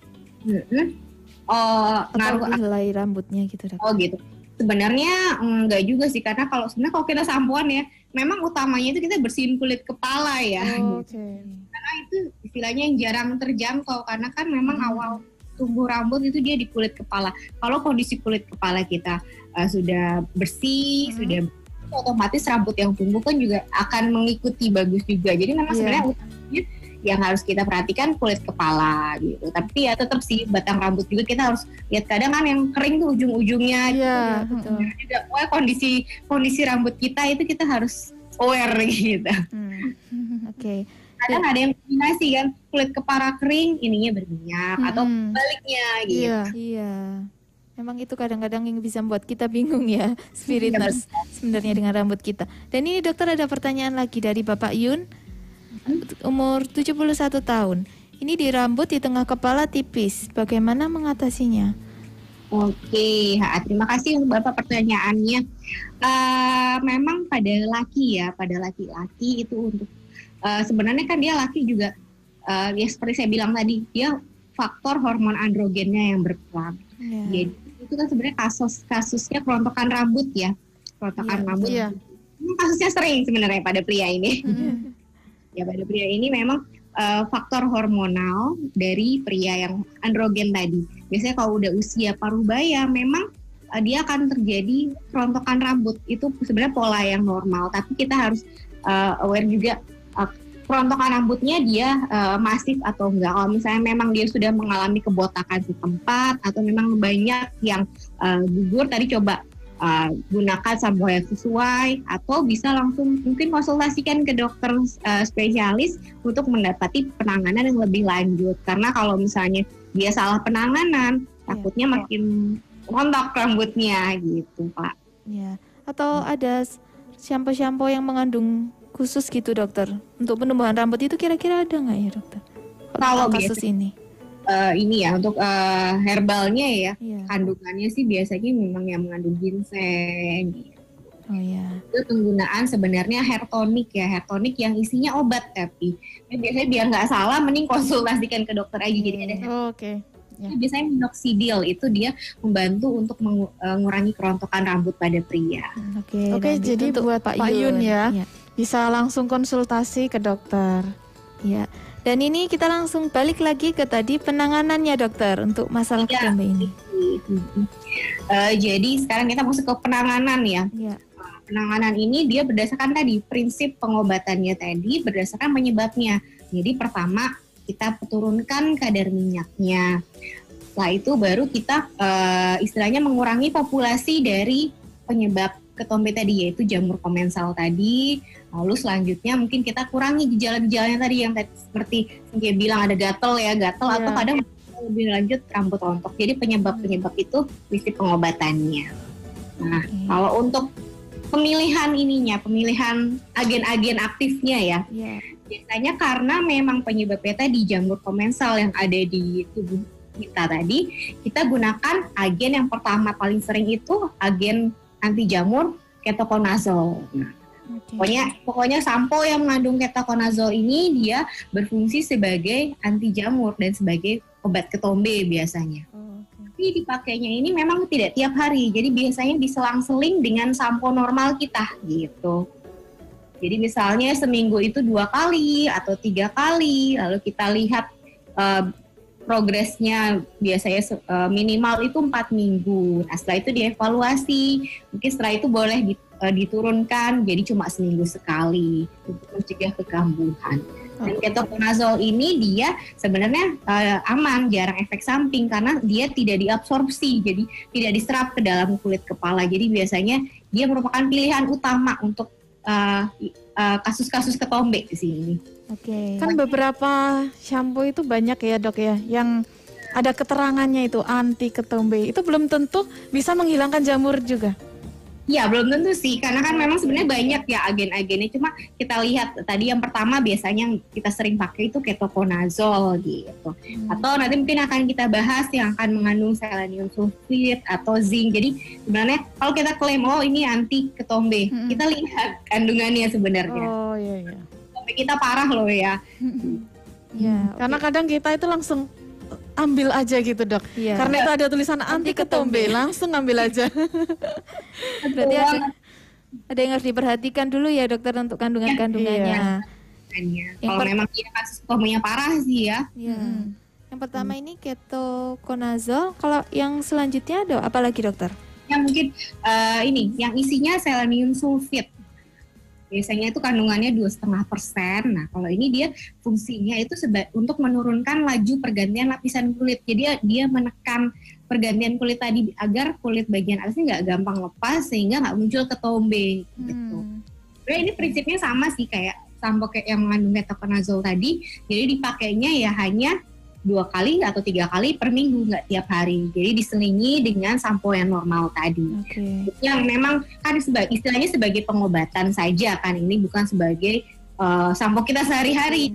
Speaker 2: Ngaruh helai rambutnya gitu dok?
Speaker 4: Oh gitu. Sebenarnya enggak juga sih, karena kalau kita sampoan ya, memang utamanya itu kita bersihin kulit kepala ya. Karena itu istilahnya yang jarang terjangkau, karena kan memang awal tumbuh rambut itu dia di kulit kepala. Kalau kondisi kulit kepala kita sudah bersih, sudah otomatis rambut yang tumbuh kan juga akan mengikuti bagus juga. Jadi memang sebenarnya utamanya yang harus kita perhatikan kulit kepala gitu. Tapi ya tetap sih batang rambut juga kita harus lihat, kadang kan yang kering tuh ujung-ujungnya. Betul. Juga kondisi rambut kita itu kita harus aware gitu.
Speaker 2: Oke.
Speaker 4: Kadang ada yang kombinasi kan, kulit kepala kering, ininya berminyak atau baliknya gitu.
Speaker 2: Iya. Memang itu kadang-kadang yang bisa membuat kita bingung ya, Spiriters, sebenarnya dengan rambut kita. Dan ini dokter ada pertanyaan lagi dari Bapak Yun, umur 71 tahun. Ini di rambut di tengah kepala tipis, bagaimana mengatasinya?
Speaker 4: Oke, terima kasih untuk Bapak pertanyaannya. Memang pada laki-laki itu untuk sebenarnya kan dia laki juga, ya seperti saya bilang tadi, dia faktor hormon androgennya yang berperan. Jadi itu kan sebenarnya kasusnya kerontokan rambut ya, rambut. Ini kasusnya sering sebenarnya pada pria ini. Ya pada pria ini memang faktor hormonal dari pria yang androgen tadi. Biasanya kalau udah usia parubaya memang dia akan terjadi kerontokan rambut. Itu sebenarnya pola yang normal, tapi kita harus aware juga kerontokan rambutnya dia masif atau enggak. Kalau misalnya memang dia sudah mengalami kebotakan setempat atau memang banyak yang gugur, tadi coba gunakan sampo yang sesuai, atau bisa langsung mungkin konsultasikan ke dokter spesialis untuk mendapati penanganan yang lebih lanjut. Karena kalau misalnya dia salah penanganan, takutnya makin rontok rambutnya gitu Pak.
Speaker 2: Ya. Atau ada shampoo yang mengandung khusus gitu dokter untuk penumbuhan rambut itu, kira-kira ada nggak ya dokter?
Speaker 4: Kalau
Speaker 2: kasus ini
Speaker 4: ya untuk herbalnya ya, kandungannya sih biasanya memang yang mengandung ginseng.
Speaker 2: Oh ya.
Speaker 4: Itu penggunaan sebenarnya hair tonic yang isinya obat, tapi biasanya biar nggak salah mending konsultasikan ke dokter aja. Jadi ada biasanya minoxidil, itu dia membantu untuk mengurangi kerontokan rambut pada pria.
Speaker 3: Oke, jadi buat Pak Yun ya, bisa langsung konsultasi ke dokter.
Speaker 2: Ya. Dan ini kita langsung balik lagi ke tadi penanganannya dokter untuk masalah ketombe ini.
Speaker 4: Jadi sekarang kita masuk ke penanganan ya. Penanganan ini dia berdasarkan tadi prinsip pengobatannya tadi berdasarkan penyebabnya. Jadi pertama kita turunkan kadar minyaknya. Setelah itu baru kita istilahnya mengurangi populasi dari penyebab ketombe tadi, yaitu jamur komensal tadi. Lalu selanjutnya mungkin kita kurangi gejala-gejalanya tadi yang seperti dia bilang ada gatel atau kadang lebih lanjut rambut rontok. Jadi penyebab-penyebab itu prinsip pengobatannya. Nah, kalau untuk pemilihan agen-agen aktifnya ya. Biasanya karena memang penyebabnya tadi jamur komensal yang ada di tubuh kita tadi, kita gunakan agen yang pertama paling sering itu agen anti jamur ketoconazole. Nah, pokoknya sampo yang mengandung ketoconazole ini dia berfungsi sebagai anti jamur dan sebagai obat ketombe biasanya. Tapi dipakainya ini memang tidak tiap hari, jadi biasanya diselang-seling dengan sampo normal kita gitu. Jadi misalnya seminggu itu 2 kali atau 3 kali, lalu kita lihat progresnya biasanya minimal itu 4 minggu. Nah, setelah itu dievaluasi, mungkin setelah itu boleh diturunkan jadi cuma seminggu sekali untuk mencegah kekambuhan. Dan ketoconazole ini dia sebenarnya aman, jarang efek samping karena dia tidak diabsorpsi, jadi tidak diserap ke dalam kulit kepala. Jadi biasanya dia merupakan pilihan utama untuk kasus-kasus ketombe di sini.
Speaker 3: Oke. Kan beberapa shampoo itu banyak ya dok ya, yang ada keterangannya itu anti ketombe. Itu belum tentu bisa menghilangkan jamur juga.
Speaker 4: Ya belum tentu sih, karena kan memang sebenarnya banyak ya agen-agennya. Cuma kita lihat tadi yang pertama biasanya yang kita sering pakai itu ketoconazole gitu. Atau nanti mungkin akan kita bahas yang akan mengandung selenium sulfit atau zinc. Jadi sebenarnya kalau kita klaim ini anti ketombe, kita lihat kandungannya sebenarnya.
Speaker 3: Oh iya.
Speaker 4: Ketombe kita parah loh ya.
Speaker 3: Ya, karena kadang kita itu langsung ambil aja gitu dok, karena itu ada tulisan anti ketombe, langsung ambil aja.
Speaker 2: Berarti ada yang harus diperhatikan dulu ya dokter untuk kandungannya.
Speaker 4: Kalau memang dia kasus ketombenya parah sih ya.
Speaker 2: Yang pertama ini ketoconazole, kalau yang selanjutnya ada apa lagi dokter?
Speaker 4: Yang mungkin yang isinya selenium sulfit. Biasanya itu kandungannya 2,5%. Nah, kalau ini dia fungsinya itu untuk menurunkan laju pergantian lapisan kulit. Jadi dia menekan pergantian kulit tadi agar kulit bagian atasnya nggak gampang lepas sehingga nggak muncul ketombe gitu. Sebenarnya ini prinsipnya sama sih kayak sampo yang mengandung ketoconazole tadi. Jadi dipakainya ya hanya 2 kali atau 3 kali per minggu, nggak tiap hari. Jadi diselingi dengan sampo yang normal tadi. Yang memang kan istilahnya sebagai pengobatan saja kan, ini bukan sebagai sampo kita sehari-hari.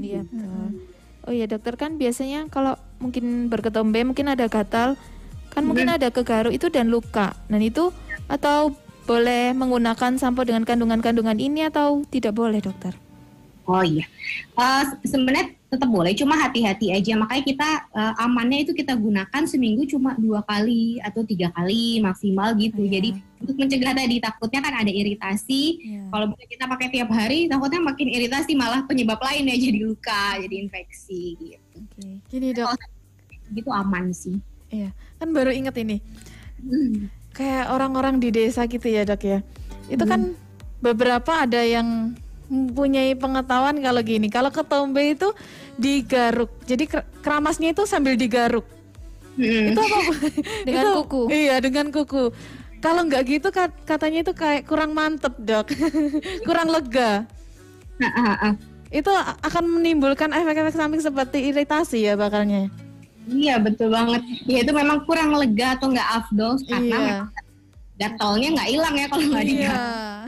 Speaker 2: Oh iya dokter, kan biasanya kalau mungkin berketombe mungkin ada gatal, kan mungkin ada kegaruk itu dan luka. Dan itu atau boleh menggunakan sampo dengan kandungan-kandungan ini atau tidak boleh dokter?
Speaker 4: Oh iya, sebenarnya tetap boleh, cuma hati-hati aja. Makanya kita amannya itu kita gunakan seminggu cuma 2 kali atau 3 kali maksimal gitu. Jadi untuk mencegah tadi takutnya kan ada iritasi. Kalau kita pakai tiap hari takutnya makin iritasi, malah penyebab lain ya, jadi luka, jadi infeksi gitu.
Speaker 3: Gini dok,
Speaker 4: gitu aman sih.
Speaker 3: Iya, kan baru inget ini. Kayak orang-orang di desa gitu ya dok ya. Itu kan beberapa ada yang mempunyai pengetahuan kalau gini, kalau ketombe itu digaruk, jadi keramasnya itu sambil digaruk. Itu apa?
Speaker 2: Dengan kuku.
Speaker 3: Iya, dengan kuku. Kalau nggak gitu katanya itu kayak kurang mantep dok, kurang lega. Itu akan menimbulkan efek-efek samping seperti iritasi ya bakalnya.
Speaker 4: Iya betul banget. Ya itu memang kurang lega atau nggak afdol karena memang gatalnya nggak hilang ya kalau nggak digaruk.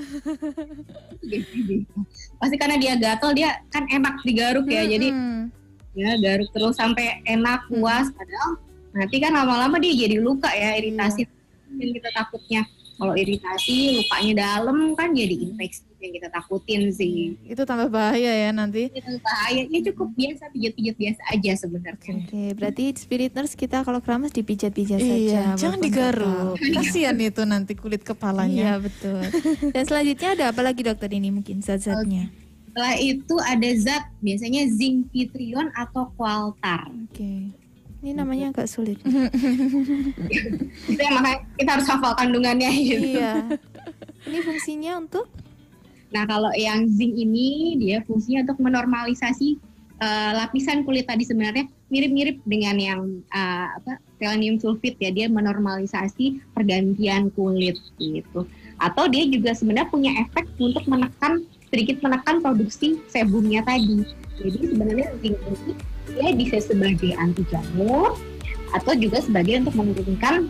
Speaker 4: Pasti karena dia gatal, dia kan enak digaruk ya, jadi ya garuk terus sampai enak puas. Padahal nanti kan lama-lama dia jadi luka ya, iritasi. Dan kita takutnya kalau iritasi lukanya dalam kan jadi infeksi yang kita takutin sih.
Speaker 3: Itu tambah bahaya ya nanti.
Speaker 4: Itu bahaya, ya cukup biasa, pijat-pijat biasa aja sebenarnya.
Speaker 2: Oke, berarti spirit nurse kita kalau keramas dipijat-pijat
Speaker 3: saja. Jangan digaruk.
Speaker 2: Total.
Speaker 3: Kasihan itu nanti kulit kepalanya.
Speaker 2: Iya betul. Dan selanjutnya ada apa lagi dokter ini mungkin zat-zatnya?
Speaker 4: Setelah itu ada zat biasanya zinc pitrion atau coaltar.
Speaker 2: Ini namanya agak sulit.
Speaker 4: Itu yang makanya kita harus hafal kandungannya gitu.
Speaker 2: Iya. Ini fungsinya untuk?
Speaker 4: Nah kalau yang zinc ini dia fungsinya untuk menormalisasi lapisan kulit tadi, sebenarnya mirip-mirip dengan yang selenium sulfit ya, dia menormalisasi pergantian kulit gitu. Atau dia juga sebenarnya punya efek untuk sedikit menekan produksi sebumnya tadi. Jadi sebenarnya zinc ini dia bisa sebagai anti jamur atau juga sebagai untuk menurunkan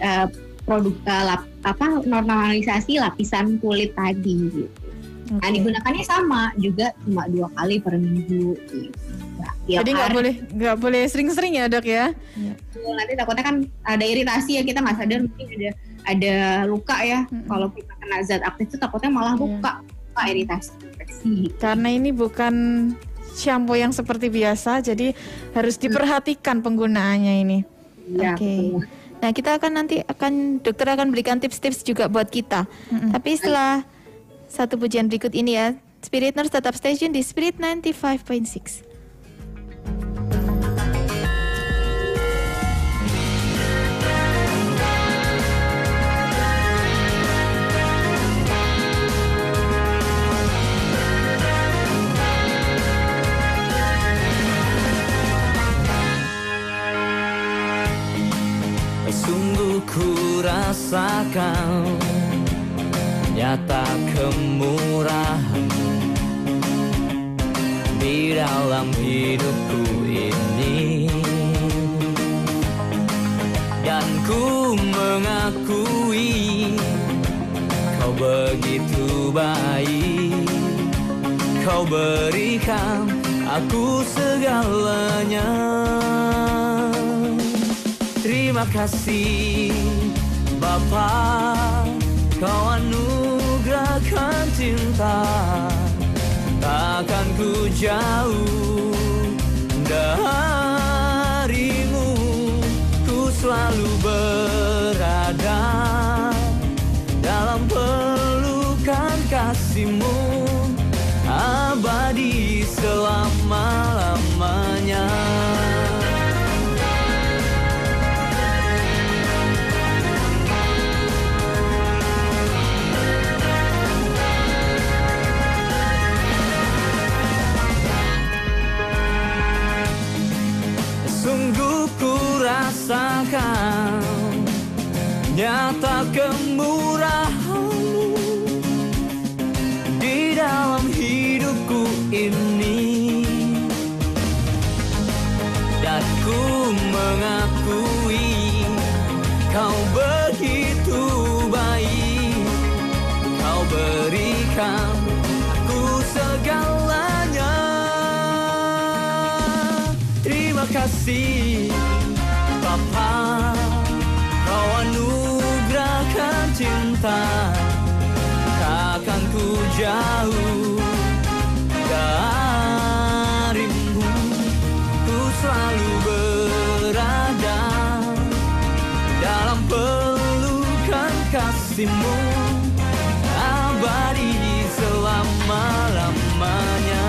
Speaker 4: normalisasi lapisan kulit tadi gitu. Nah digunakannya sama juga cuma 2 kali per minggu gitu.
Speaker 3: Jadi nggak boleh sering-sering ya dok ya.
Speaker 4: Nanti takutnya kan ada iritasi ya, kita nggak sadar mungkin ada luka ya. Kalau kita kena zat aktif itu takutnya malah luka iritasi, infeksi.
Speaker 3: Karena ini bukan shampoo yang seperti biasa, jadi harus diperhatikan penggunaannya ini.
Speaker 2: Oke. Nah, kita dokter akan berikan tips-tips juga buat kita. Tapi setelah satu pujian berikut ini ya, Spirit Nurse tetap stay tune di Spirit 95.6.
Speaker 5: Sungguh ku rasakan nyata kemurahan-Mu di dalam hidupku ini, dan ku mengakui Kau begitu baik. Kau berikan aku segalanya. Terima kasih Bapa, Kau anugerahkan cinta, takkan ku jauh dari-Mu. Ku selalu berada dalam pelukan kasih-Mu, abadi selama-lamanya. Sungguh ku rasakan nyata kemurahan-Mu di dalam hidupku ini, dan ku mengakui Kau begitu baik. Kau berikan aku segalanya. Terima kasih Bapa, Kau anugerahkan cinta, takkan ku jauh dari-Mu. Ku selalu berada dalam pelukan kasih-Mu, abadi selama-lamanya.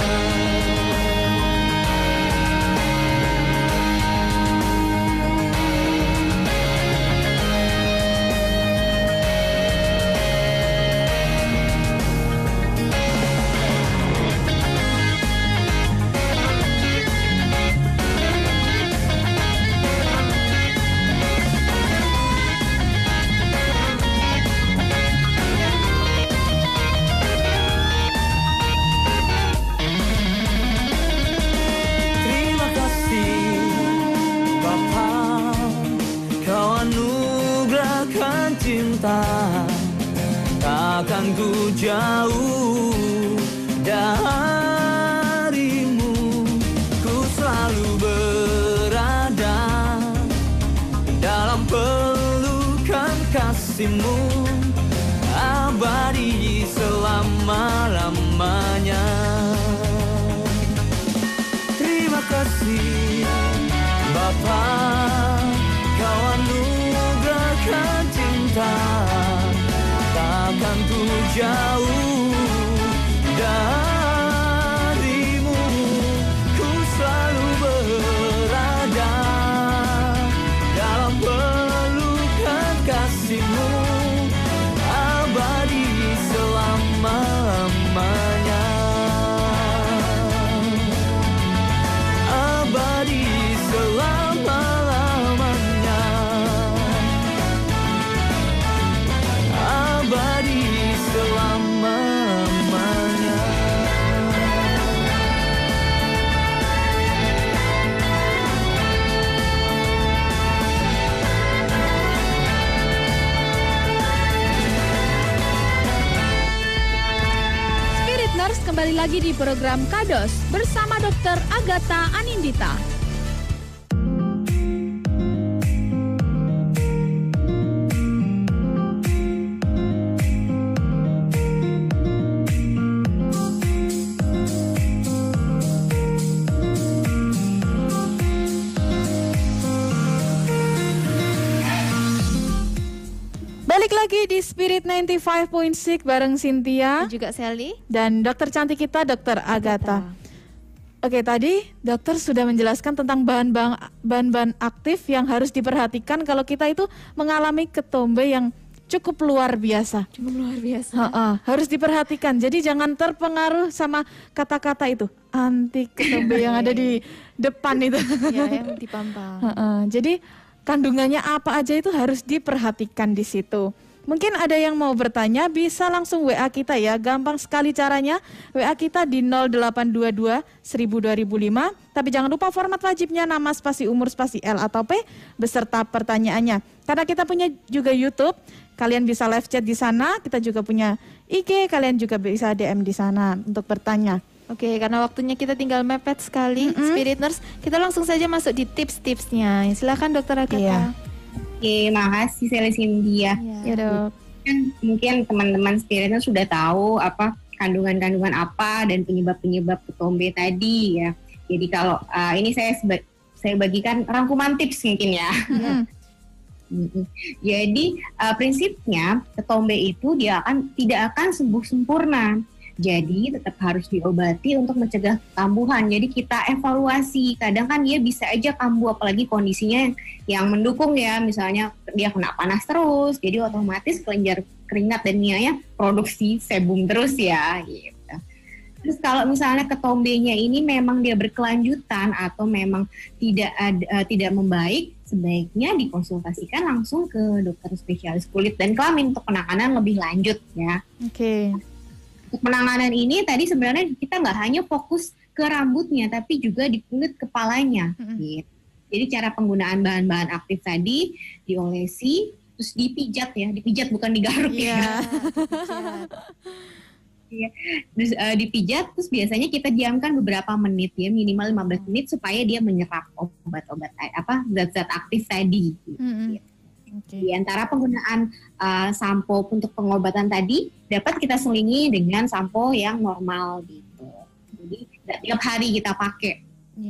Speaker 5: Cinta, takkan ku jauh dari-Mu. Ku selalu berada dalam pelukan kasih-Mu, abadi selama-lamanya. Terima kasih Bapa, Kau anugerahkan cinta, takkan ku jauh dari-Mu. Ku selalu berada dalam pelukan kasih-Mu, abadi selama-lamanya.
Speaker 6: kembali lagi di program Kados bersama Dr. Agatha Anindita.
Speaker 3: Balik lagi di Spirit 95.6 bareng Cynthia
Speaker 2: Dan juga Sally
Speaker 3: dan dokter cantik kita, Dr. Agatha. Oke, tadi dokter sudah menjelaskan tentang bahan-bahan aktif yang harus diperhatikan kalau kita itu mengalami ketombe yang cukup luar biasa. Harus diperhatikan. Jadi jangan terpengaruh sama kata-kata itu, anti ketombe yang ada di depan itu.
Speaker 2: Ya, yang dipampang.
Speaker 3: Jadi kandungannya apa aja itu harus diperhatikan di situ. Mungkin ada yang mau bertanya, bisa langsung WA kita ya. Gampang sekali caranya. WA kita di 0822 1000 2005. Tapi jangan lupa format wajibnya nama spasi umur spasi L atau P beserta pertanyaannya. Karena kita punya juga YouTube, kalian bisa live chat di sana. Kita juga punya IG, kalian juga bisa DM di sana untuk bertanya.
Speaker 2: Oke, karena waktunya kita tinggal mepet sekali, Spirit Nurse, kita langsung saja masuk di tips-tipsnya. Silakan Dokter Agatha.
Speaker 3: Iya.
Speaker 4: Oke, makasih Sally Cynthia.
Speaker 3: Ya dok.
Speaker 4: Kan mungkin teman-teman Spirit Nurse sudah tahu apa kandungan-kandungan apa dan penyebab-penyebab ketombe tadi ya. Jadi kalau ini saya bagikan rangkuman tips mungkin ya. Jadi prinsipnya ketombe itu tidak akan sembuh sempurna. Jadi tetap harus diobati untuk mencegah kambuhan. Jadi kita evaluasi. Kadang kan dia bisa aja kambuh, apalagi kondisinya yang mendukung ya. Misalnya dia kena panas terus, jadi otomatis kelenjar keringat dan nianya produksi sebum terus ya. Gitu. Terus kalau misalnya ketombenya ini memang dia berkelanjutan atau memang tidak membaik, sebaiknya dikonsultasikan langsung ke dokter spesialis kulit dan kelamin untuk penanganan lebih lanjut ya.
Speaker 3: Oke.
Speaker 4: Untuk penanganan ini tadi sebenarnya kita nggak hanya fokus ke rambutnya, tapi juga di kulit kepalanya. Gitu. Jadi cara penggunaan bahan-bahan aktif tadi diolesi, terus dipijat ya, dipijat bukan digaruk ya. Terus dipijat, terus biasanya kita diamkan beberapa menit ya, minimal 15 menit supaya dia menyerap obat-obat zat-zat aktif tadi. Gitu. Di antara penggunaan sampo untuk pengobatan tadi dapat kita selingi dengan sampo yang normal gitu. Jadi tiap hari kita pakai.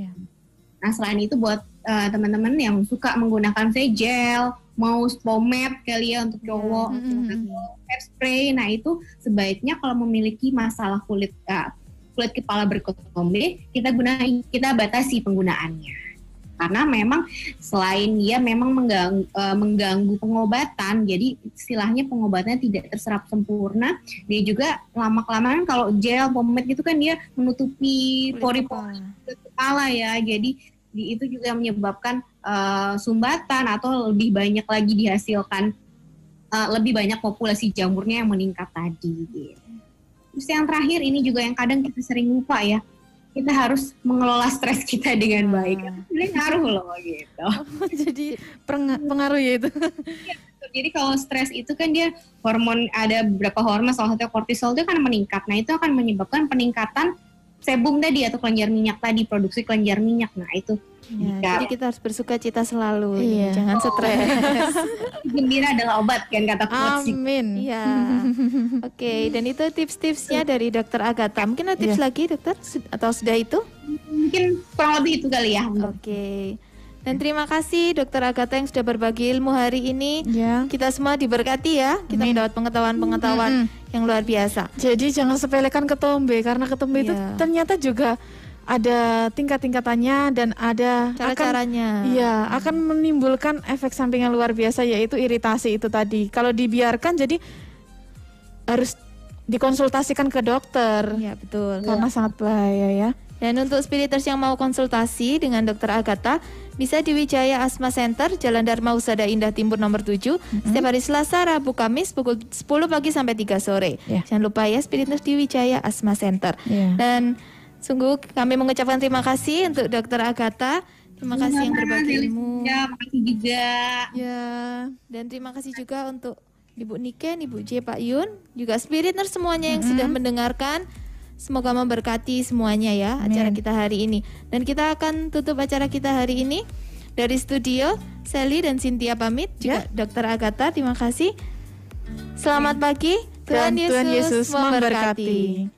Speaker 4: Nah selain itu buat teman-teman yang suka menggunakan gel, mau pomade kali ya untuk cowok, hairspray, nah itu sebaiknya kalau memiliki masalah kulit kepala berketombe kita batasi penggunaannya. Karena memang selain dia memang mengganggu pengobatan, jadi istilahnya pengobatannya tidak terserap sempurna, dia juga lama-kelamaan kalau gel, pomade gitu kan dia menutupi pori-pori kepala ya, jadi itu juga menyebabkan sumbatan atau lebih banyak lagi dihasilkan, lebih banyak populasi jamurnya yang meningkat tadi. Gitu. Terus yang terakhir ini juga yang kadang kita sering lupa ya, kita harus mengelola stres kita dengan baik. Ini ngaruh loh gitu.
Speaker 3: Jadi pengaruh ya itu.
Speaker 4: Jadi kalau stres itu kan dia ada beberapa hormon, salah satunya kortisol itu kan meningkat. Nah itu akan menyebabkan peningkatan sebum tadi atau kelenjar minyak tadi, produksi kelenjar minyak. Nah itu.
Speaker 2: Jadi kita harus bersuka cita selalu, jangan stres.
Speaker 4: Gembira adalah obat kan kata coach.
Speaker 3: Amin.
Speaker 2: Iya. Oke, dan itu tips-tipsnya dari Dokter Agatha. Mungkin ada tips lagi dokter atau sudah itu?
Speaker 4: Mungkin kurang lebih itu kali ya.
Speaker 2: Oke. Dan terima kasih Dokter Agatha yang sudah berbagi ilmu hari ini. Kita semua diberkati ya. Kita mendapat pengetahuan-pengetahuan yang luar biasa.
Speaker 3: Jadi jangan sepelekan ketombe, karena ketombe itu ternyata juga ada tingkat-tingkatannya dan ada
Speaker 2: cara-caranya.
Speaker 3: Akan menimbulkan efek samping yang luar biasa, yaitu iritasi itu tadi. Kalau dibiarkan jadi harus dikonsultasikan ke dokter.
Speaker 2: Iya, betul.
Speaker 3: Karena sangat bahaya ya.
Speaker 2: Dan untuk spiriters yang mau konsultasi dengan Dokter Agatha, bisa di Wijaya Asma Center, Jalan Dharma Husada Indah Timur nomor 7, setiap hari Selasa, Rabu, Kamis pukul 10 pagi sampai 3 sore. Jangan lupa ya, spiriters di Wijaya Asma Center. Dan sungguh kami mengucapkan terima kasih untuk Dokter Agatha. Terima kasih yang berbagi ilmu.
Speaker 4: Ya, makasih juga.
Speaker 2: Ya, dan terima kasih juga untuk Ibu Niken, Ibu J, Pak Yun, juga spirit nurse semuanya yang sudah mendengarkan. semoga memberkati semuanya ya acara kita hari ini. Dan kita akan tutup acara kita hari ini. Dari studio, Sally dan Cynthia pamit. Juga Dr. Agatha, terima kasih. Selamat pagi. Tuhan Yesus memberkati.